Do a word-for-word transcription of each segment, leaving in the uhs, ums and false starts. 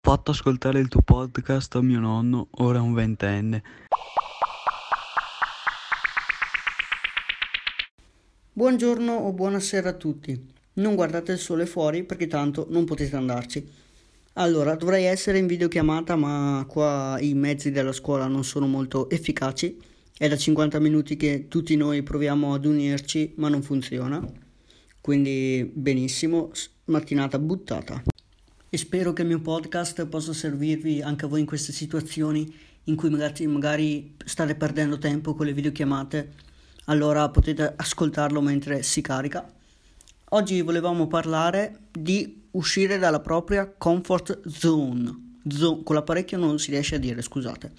fatto ascoltare il tuo podcast a mio nonno, ora un ventenne. Buongiorno o buonasera a tutti. Non guardate il sole fuori perché tanto non potete andarci. Allora, dovrei essere in videochiamata, ma qua i mezzi della scuola non sono molto efficaci. È da cinquanta minuti che tutti noi proviamo ad unirci, ma non funziona. Quindi benissimo, mattinata buttata. E spero che il mio podcast possa servirvi anche a voi in queste situazioni in cui magari, magari state perdendo tempo con le videochiamate. Allora potete ascoltarlo mentre si carica. Oggi volevamo parlare di uscire dalla propria comfort zone. Zone, con l'apparecchio non si riesce a dire, scusate.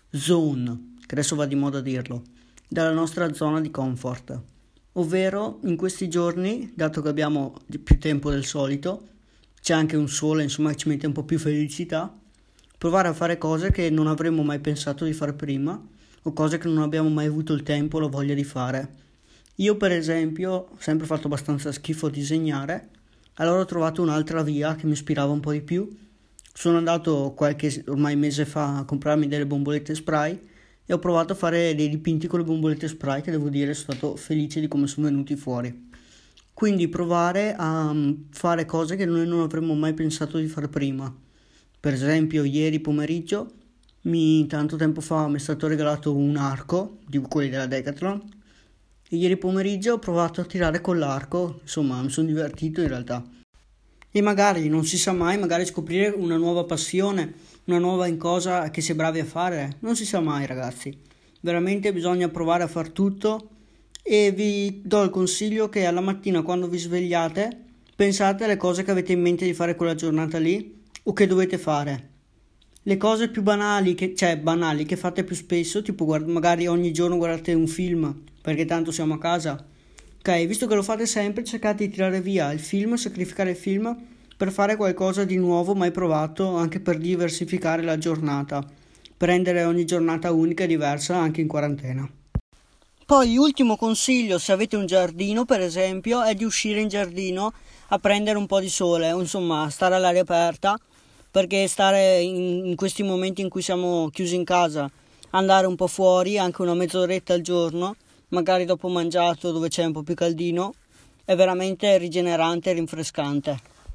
Zone, che adesso va di moda dirlo. Dalla nostra zona di comfort. Ovvero, in questi giorni, dato che abbiamo più tempo del solito, c'è anche un sole, insomma, ci mette un po' più felicità, provare a fare cose che non avremmo mai pensato di fare prima, o cose che non abbiamo mai avuto il tempo o la voglia di fare. Io per esempio ho sempre fatto abbastanza schifo a disegnare, allora ho trovato un'altra via che mi ispirava un po' di più. Sono andato qualche ormai mese fa a comprarmi delle bombolette spray e ho provato a fare dei dipinti con le bombolette spray che devo dire sono stato felice di come sono venuti fuori. Quindi provare a fare cose che noi non avremmo mai pensato di fare prima. Per esempio ieri pomeriggio, mi, tanto tempo fa, mi è stato regalato un arco di quelli della Decathlon e ieri pomeriggio ho provato a tirare con l'arco, insomma mi sono divertito in realtà. E magari, non si sa mai, magari scoprire una nuova passione, una nuova cosa che si è bravi a fare, non si sa mai ragazzi. Veramente bisogna provare a far tutto e vi do il consiglio che alla mattina quando vi svegliate pensate alle cose che avete in mente di fare quella giornata lì o che dovete fare. Le cose più banali, che, cioè banali, che fate più spesso, tipo guard- magari ogni giorno guardate un film, perché tanto siamo a casa. Ok, visto che lo fate sempre, cercate di tirare via il film, sacrificare il film, per fare qualcosa di nuovo mai provato, anche per diversificare la giornata, per rendere ogni giornata unica e diversa anche in quarantena. Poi, ultimo consiglio, se avete un giardino, per esempio, è di uscire in giardino a prendere un po' di sole, insomma, stare all'aria aperta, perché stare in, in questi momenti in cui siamo chiusi in casa, andare un po' fuori, anche una mezz'oretta al giorno, magari dopo mangiato dove c'è un po' più caldino, è veramente rigenerante e rinfrescante.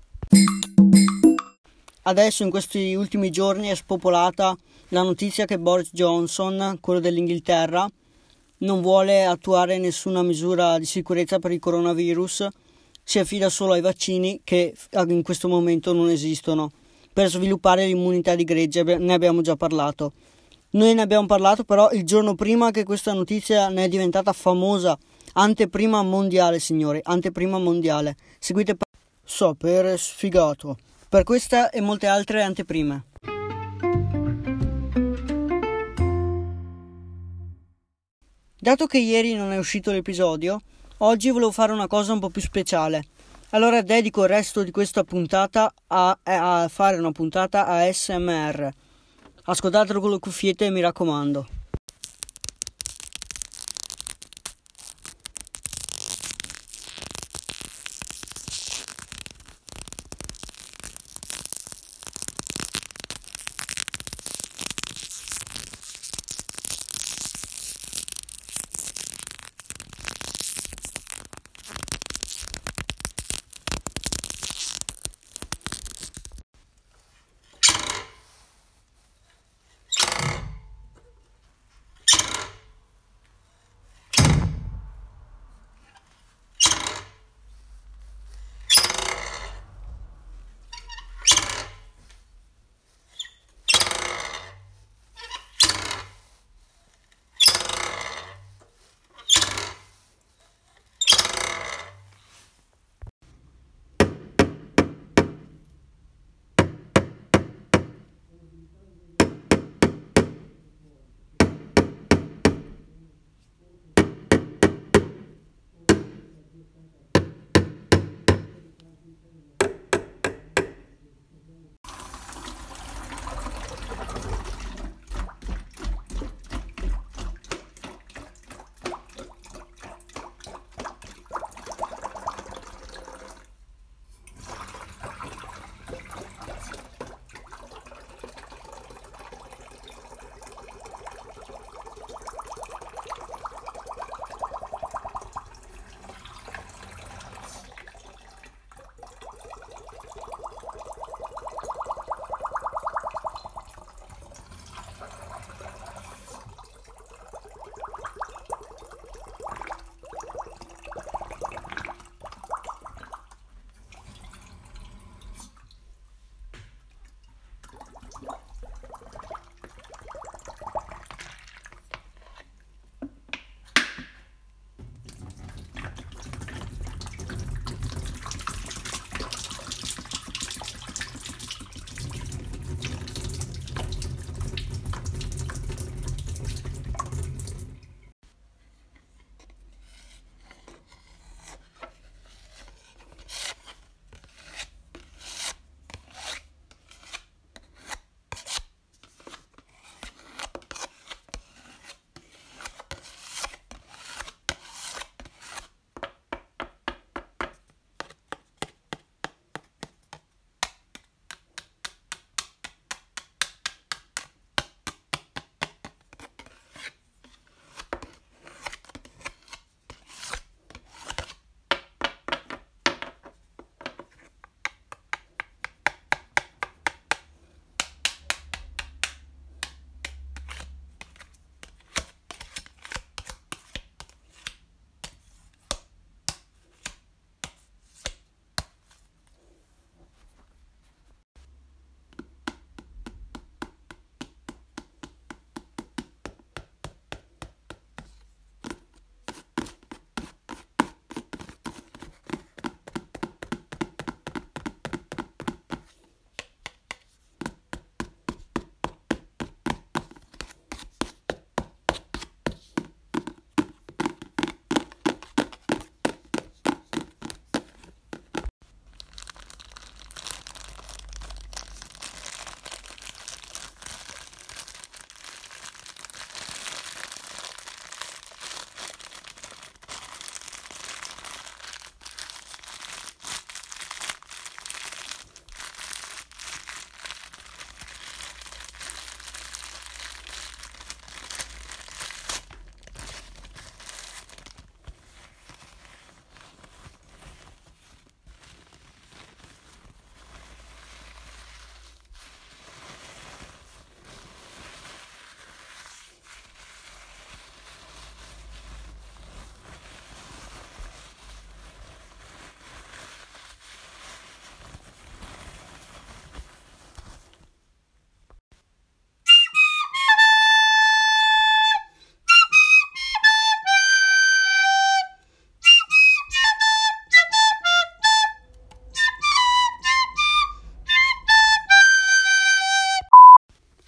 Adesso in questi ultimi giorni è spopolata la notizia che Boris Johnson, quello dell'Inghilterra, non vuole attuare nessuna misura di sicurezza per il coronavirus, si affida solo ai vaccini che in questo momento non esistono, per sviluppare l'immunità di gregge. Ne abbiamo già parlato. Noi ne abbiamo parlato però il giorno prima che questa notizia ne è diventata famosa. Anteprima mondiale, signori, anteprima mondiale. Seguite per sapere sfigato. Per questa e molte altre anteprime. Dato che ieri non è uscito l'episodio, oggi volevo fare una cosa un po' più speciale. Allora dedico il resto di questa puntata a, a fare una puntata A S M R. Ascoltatelo con le cuffiette, mi raccomando.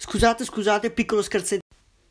Scusate, scusate, piccolo scherzetto.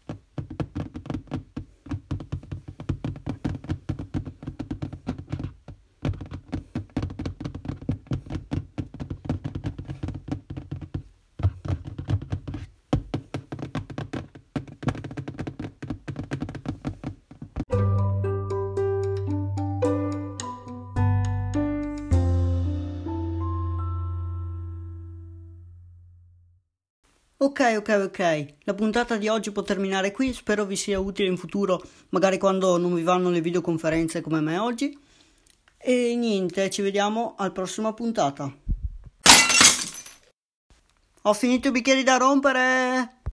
Ok, ok, ok. La puntata di oggi può terminare qui. Spero vi sia utile in futuro, magari quando non vi vanno le videoconferenze come me oggi. E niente, ci vediamo alla prossima puntata. Ho finito i bicchieri da rompere.